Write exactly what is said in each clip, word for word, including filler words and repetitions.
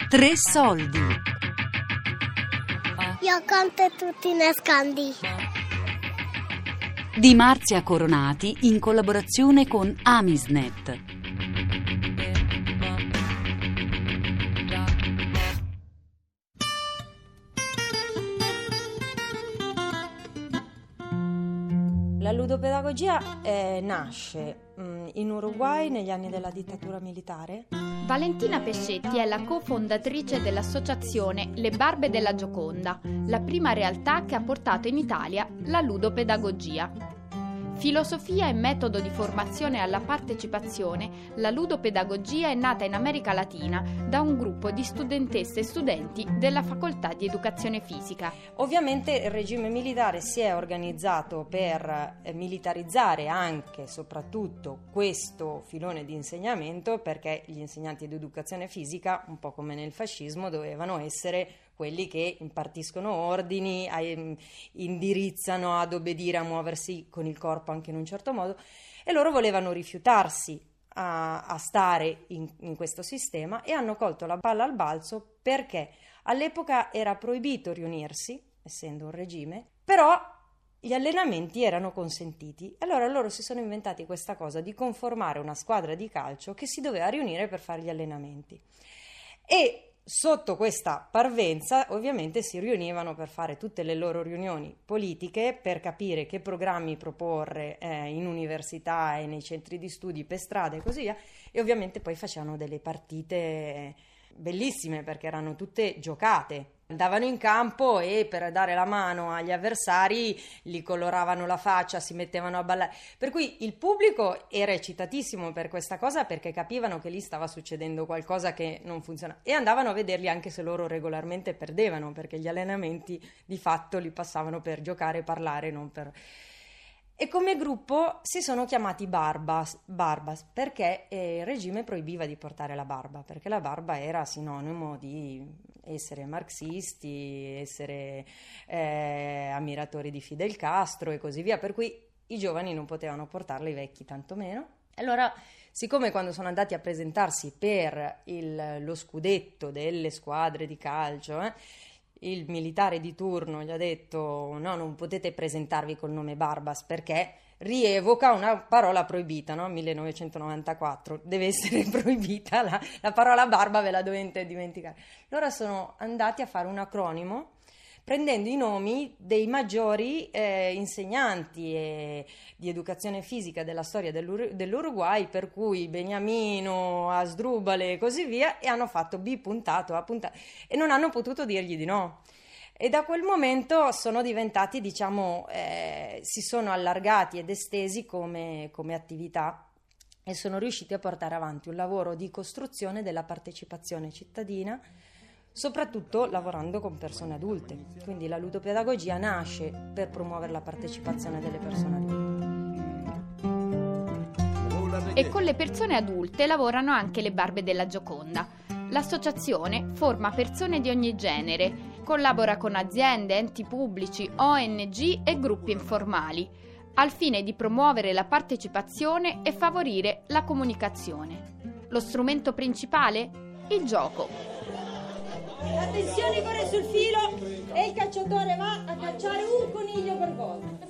Tre soldi. Io conto tutti i nascondi. Di Marzia Coronati in collaborazione con Amisnet. La ludopedagogia eh, nasce mh, in Uruguay negli anni della dittatura militare. Valentina Pescetti è la cofondatrice dell'associazione Le Barbe della Gioconda, la prima realtà che ha portato in Italia la ludopedagogia. Filosofia e metodo di formazione alla partecipazione, la ludopedagogia è nata in America Latina da un gruppo di studentesse e studenti della Facoltà di Educazione Fisica. Ovviamente il regime militare si è organizzato per eh, militarizzare anche e soprattutto questo filone di insegnamento, perché gli insegnanti di educazione fisica, un po' come nel fascismo, dovevano essere quelli che impartiscono ordini, indirizzano ad obbedire, a muoversi con il corpo anche in un certo modo, e loro volevano rifiutarsi a, a stare in, in questo sistema e hanno colto la palla al balzo, perché all'epoca era proibito riunirsi, essendo un regime, però gli allenamenti erano consentiti. Allora loro si sono inventati questa cosa di conformare una squadra di calcio che si doveva riunire per fare gli allenamenti. E sotto questa parvenza ovviamente si riunivano per fare tutte le loro riunioni politiche, per capire che programmi proporre eh, in università e nei centri di studi, per strada e così via, e ovviamente poi facevano delle partite bellissime perché erano tutte giocate. Andavano in campo e per dare la mano agli avversari li coloravano la faccia, si mettevano a ballare. Per cui il pubblico era eccitatissimo per questa cosa, perché capivano che lì stava succedendo qualcosa che non funziona, e andavano a vederli anche se loro regolarmente perdevano, perché gli allenamenti di fatto li passavano per giocare e parlare, non per... E come gruppo si sono chiamati Barbas, Barbas perché eh, il regime proibiva di portare la barba, perché la barba era sinonimo di essere marxisti, essere eh, ammiratori di Fidel Castro e così via, per cui i giovani non potevano portarla, i vecchi tantomeno. Allora, siccome quando sono andati a presentarsi per il, lo scudetto delle squadre di calcio, eh, il militare di turno gli ha detto: no, non potete presentarvi col nome Barbas perché rievoca una parola proibita, no? millenovecentonovantaquattro, deve essere proibita, la, la parola barba ve la dovete dimenticare. Allora sono andati a fare un acronimo prendendo i nomi dei maggiori eh, insegnanti eh, di educazione fisica della storia dell'Ur- dell'Uruguay, per cui Beniamino, Asdrubale e così via, e hanno fatto B puntato, A puntato, e non hanno potuto dirgli di no. E da quel momento sono diventati, diciamo, eh, si sono allargati ed estesi come, come attività, e sono riusciti a portare avanti un lavoro di costruzione della partecipazione cittadina, soprattutto lavorando con persone adulte. Quindi la ludopedagogia nasce per promuovere la partecipazione delle persone adulte. E con le persone adulte lavorano anche le Barbe della Gioconda. L'associazione forma persone di ogni genere, collabora con aziende, enti pubblici, O N G e gruppi informali, al fine di promuovere la partecipazione e favorire la comunicazione. Lo strumento principale? Il gioco. Attenzione, corre sul filo e il calciatore va a cacciare un coniglio per volta.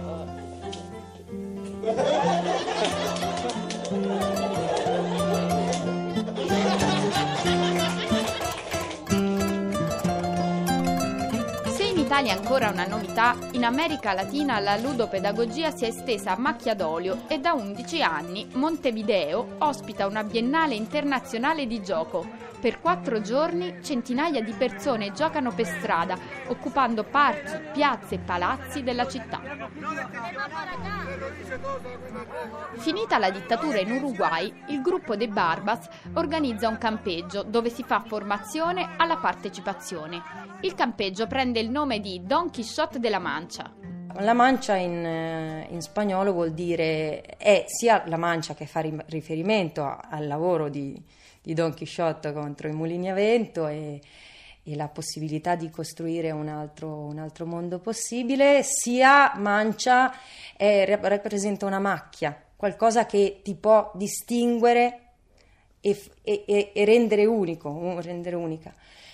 Se in Italia è ancora una novità, in America Latina la ludopedagogia si è estesa a macchia d'olio e da undici anni Montevideo ospita una biennale internazionale di gioco. Per quattro giorni centinaia di persone giocano per strada, occupando parchi, piazze e palazzi della città. Finita la dittatura in Uruguay, il gruppo dei Barbas organizza un campeggio dove si fa formazione alla partecipazione. Il campeggio prende il nome di Don Quixote de la Mancha. La mancia in, in spagnolo vuol dire, è sia la mancia che fa riferimento al lavoro di, di Don Quixote contro i mulini a vento e, e la possibilità di costruire un altro, un altro mondo possibile, sia mancia è, rappresenta una macchia, qualcosa che ti può distinguere e, e, e rendere unico, rendere unica.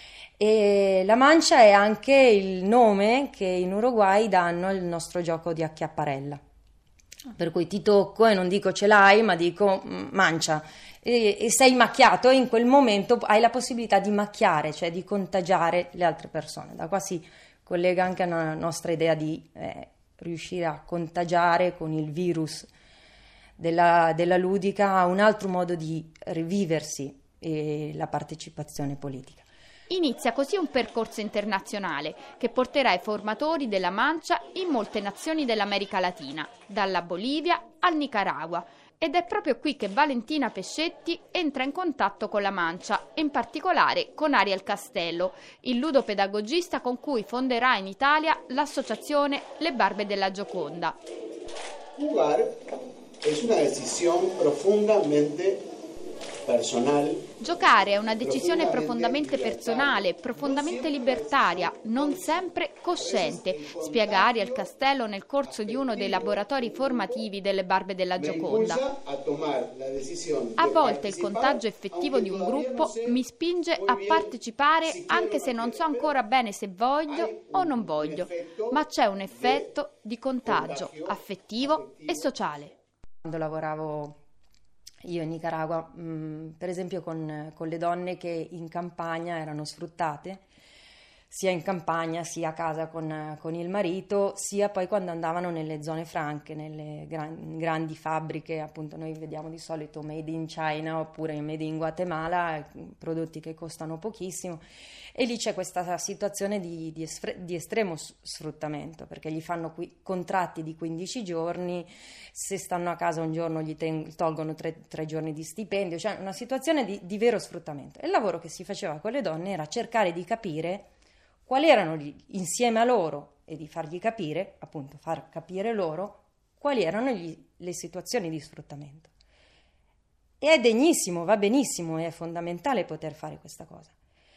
E la mancia è anche il nome che in Uruguay danno al nostro gioco di acchiapparella. Per cui ti tocco e non dico ce l'hai, ma dico mancia. E, e sei macchiato, e in quel momento hai la possibilità di macchiare, cioè di contagiare le altre persone. Da qua si collega anche alla nostra idea di eh, riuscire a contagiare con il virus della, della ludica un altro modo di riviversi e la partecipazione politica. Inizia così un percorso internazionale che porterà i formatori della mancia in molte nazioni dell'America Latina, dalla Bolivia al Nicaragua. Ed è proprio qui che Valentina Pescetti entra in contatto con la mancia, e in particolare con Ariel Castello, il ludopedagogista con cui fonderà in Italia l'associazione Le Barbe della Gioconda. Jugar es una decisión profundamente personal. Giocare è una decisione profondamente personale, profondamente libertaria, non sempre cosciente, spiega Ariel Castello nel corso di uno dei laboratori formativi delle Barbe della Gioconda. A volte il contagio effettivo di un gruppo mi spinge a partecipare anche se non so ancora bene se voglio o non voglio, ma c'è un effetto di contagio affettivo e sociale. Quando lavoravo io in Nicaragua, mh, per esempio con, con le donne che in campagna erano sfruttate, sia in campagna sia a casa con, con il marito, sia poi quando andavano nelle zone franche, nelle gran, grandi fabbriche, appunto noi vediamo di solito made in China oppure made in Guatemala, prodotti che costano pochissimo, e lì c'è questa situazione di, di, esfre, di estremo sfruttamento, perché gli fanno qui contratti di quindici giorni, se stanno a casa un giorno gli ten, tolgono tre, tre giorni di stipendio, cioè una situazione di, di vero sfruttamento. E il lavoro che si faceva con le donne era cercare di capire quali erano gli, insieme a loro, e di fargli capire, appunto far capire loro, quali erano gli, le situazioni di sfruttamento. E è degnissimo, va benissimo, è fondamentale poter fare questa cosa.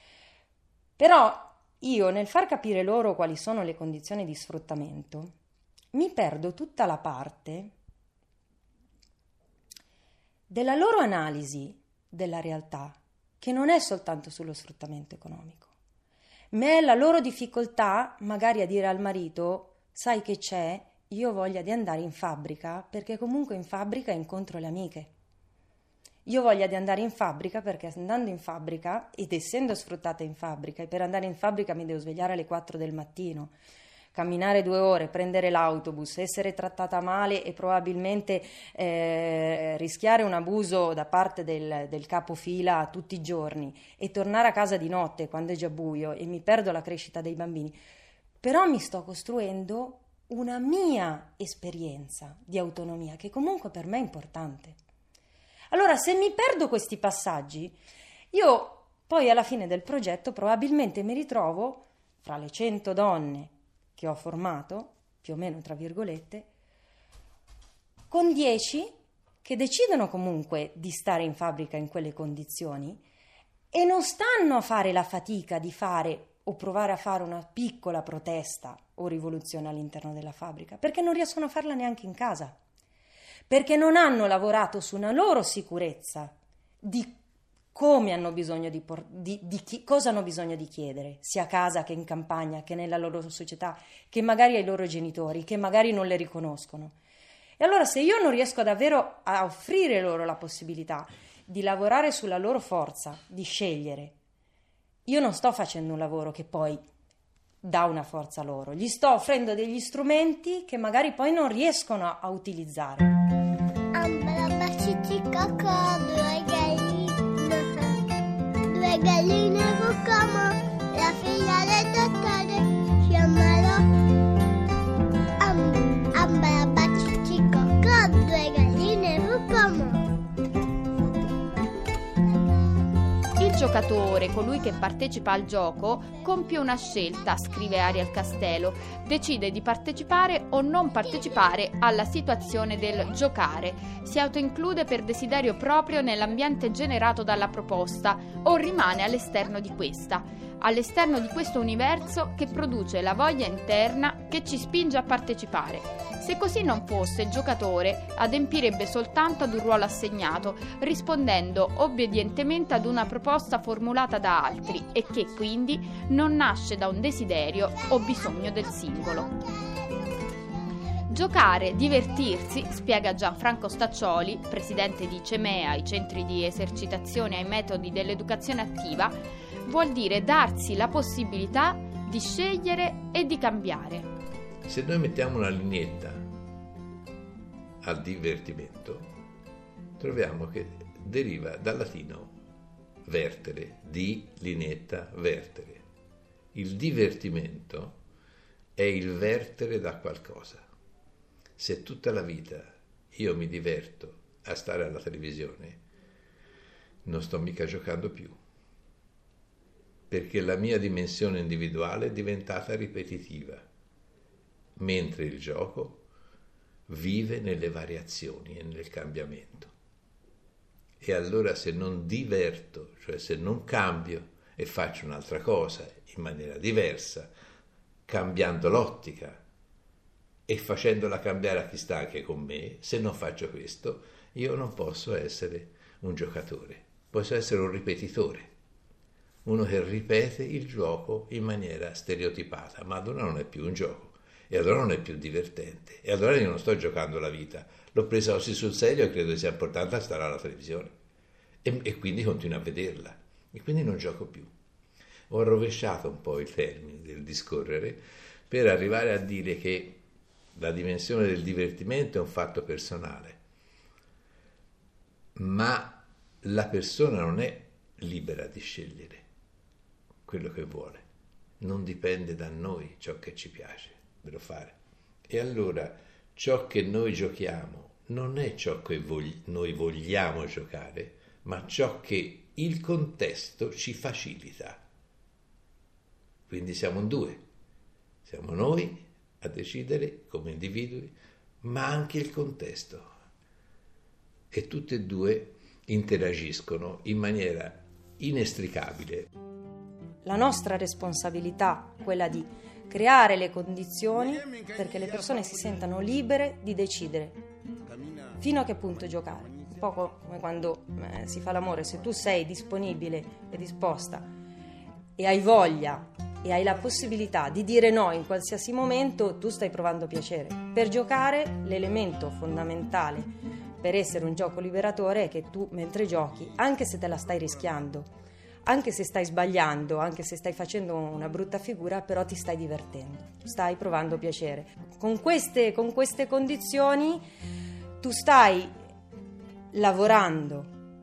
Però io nel far capire loro quali sono le condizioni di sfruttamento, mi perdo tutta la parte della loro analisi della realtà, che non è soltanto sullo sfruttamento economico, ma è la loro difficoltà magari a dire al marito: sai che c'è, io ho voglia di andare in fabbrica perché comunque in fabbrica incontro le amiche. Io ho voglia di andare in fabbrica perché andando in fabbrica, ed essendo sfruttata in fabbrica, e per andare in fabbrica mi devo svegliare alle quattro del mattino, camminare due ore, prendere l'autobus, essere trattata male e probabilmente eh, rischiare un abuso da parte del, del capofila tutti i giorni, e tornare a casa di notte quando è già buio e mi perdo la crescita dei bambini. Però mi sto costruendo una mia esperienza di autonomia che comunque per me è importante. Allora, se mi perdo questi passaggi, io poi alla fine del progetto probabilmente mi ritrovo fra le cento donne che ho formato, più o meno tra virgolette, con dieci che decidono comunque di stare in fabbrica in quelle condizioni e non stanno a fare la fatica di fare o provare a fare una piccola protesta o rivoluzione all'interno della fabbrica, perché non riescono a farla neanche in casa, perché non hanno lavorato su una loro sicurezza di come hanno bisogno di, por- di, di chi- cosa hanno bisogno di chiedere, sia a casa che in campagna, che nella loro società, che magari ai loro genitori, che magari non le riconoscono. E allora se io non riesco davvero a offrire loro la possibilità di lavorare sulla loro forza, di scegliere, io non sto facendo un lavoro che poi dà una forza loro, gli sto offrendo degli strumenti che magari poi non riescono a, a utilizzare. Due galline, due galline Vucamo, la figlia del dottore, chiamalo Am- Ambra Bacicicocco, due galline Vucamo. Il giocatore, colui che partecipa al gioco, compie una scelta, scrive Ariel Castello, decide di partecipare o non partecipare alla situazione del giocare, si autoinclude per desiderio proprio nell'ambiente generato dalla proposta o rimane all'esterno di questa. all'esterno di questo universo che produce la voglia interna che ci spinge a partecipare. Se così non fosse, il giocatore adempirebbe soltanto ad un ruolo assegnato, rispondendo obbedientemente ad una proposta formulata da altri e che quindi non nasce da un desiderio o bisogno del singolo. Giocare, divertirsi, spiega Gianfranco Staccioli, presidente di CEMEA, i centri di esercitazione ai metodi dell'educazione attiva, vuol dire darsi la possibilità di scegliere e di cambiare. Se noi mettiamo una lineetta al divertimento, troviamo che deriva dal latino vertere, di lineetta vertere. Il divertimento è il vertere da qualcosa. Se tutta la vita io mi diverto a stare alla televisione, non sto mica giocando più, perché la mia dimensione individuale è diventata ripetitiva, mentre il gioco vive nelle variazioni e nel cambiamento. E allora se non diverto, cioè se non cambio e faccio un'altra cosa in maniera diversa, cambiando l'ottica e facendola cambiare a chi sta anche con me, se non faccio questo, io non posso essere un giocatore, posso essere un ripetitore, uno che ripete il gioco in maniera stereotipata, ma allora non è più un gioco. E allora non è più divertente. E allora io non sto giocando la vita. L'ho presa così sul serio e credo sia importante stare alla televisione. E, e quindi continuo a vederla. E quindi non gioco più. Ho rovesciato un po' il termine del discorrere per arrivare a dire che la dimensione del divertimento è un fatto personale. Ma la persona non è libera di scegliere quello che vuole. Non dipende da noi ciò che ci piace fare. E allora ciò che noi giochiamo non è ciò che vogli- noi vogliamo giocare, ma ciò che il contesto ci facilita. Quindi siamo in due, siamo noi a decidere come individui, ma anche il contesto, e tutte e due interagiscono in maniera inestricabile. La nostra responsabilità, quella di creare le condizioni perché le persone si sentano libere di decidere fino a che punto giocare. Un po' come quando eh, si fa l'amore, se tu sei disponibile e disposta e hai voglia e hai la possibilità di dire no in qualsiasi momento, tu stai provando piacere. Per giocare l'elemento fondamentale per essere un gioco liberatore è che tu mentre giochi, anche se te la stai rischiando, anche se stai sbagliando, anche se stai facendo una brutta figura, però ti stai divertendo, stai provando piacere. Con queste, con queste condizioni tu stai lavorando,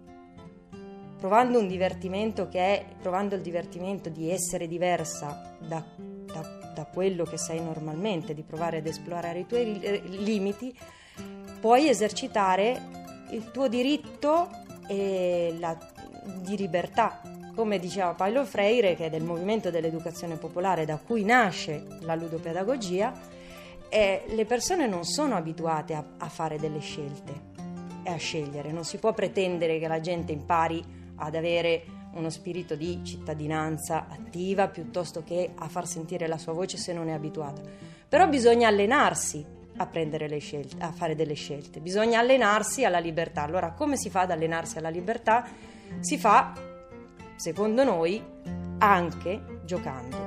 provando un divertimento che è, provando il divertimento di essere diversa da, da, da quello che sei normalmente, di provare ad esplorare i tuoi limiti, puoi esercitare il tuo diritto e la, di libertà. Come diceva Paulo Freire, che è del movimento dell'educazione popolare da cui nasce la ludopedagogia, eh, le persone non sono abituate a, a fare delle scelte e a scegliere. Non si può pretendere che la gente impari ad avere uno spirito di cittadinanza attiva piuttosto che a far sentire la sua voce se non è abituata. Però bisogna allenarsi a prendere le scelte, a fare delle scelte. Bisogna allenarsi alla libertà. Allora, come si fa ad allenarsi alla libertà? Si fa, secondo noi, anche giocando.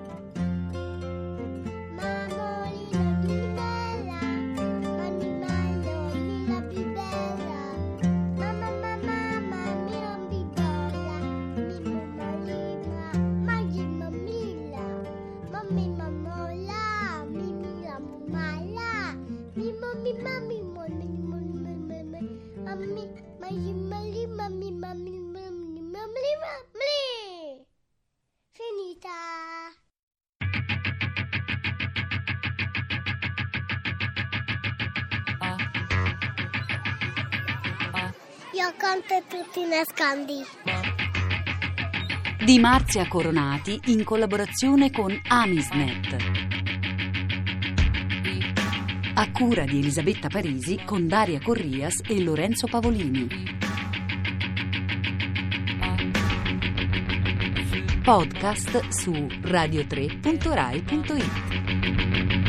Finita. Io conto e tutti nascondi. Di Marzia Coronati in collaborazione con Amisnet. A cura di Elisabetta Parisi con Daria Corrias e Lorenzo Pavolini. podcast su radio tre punto rai punto it.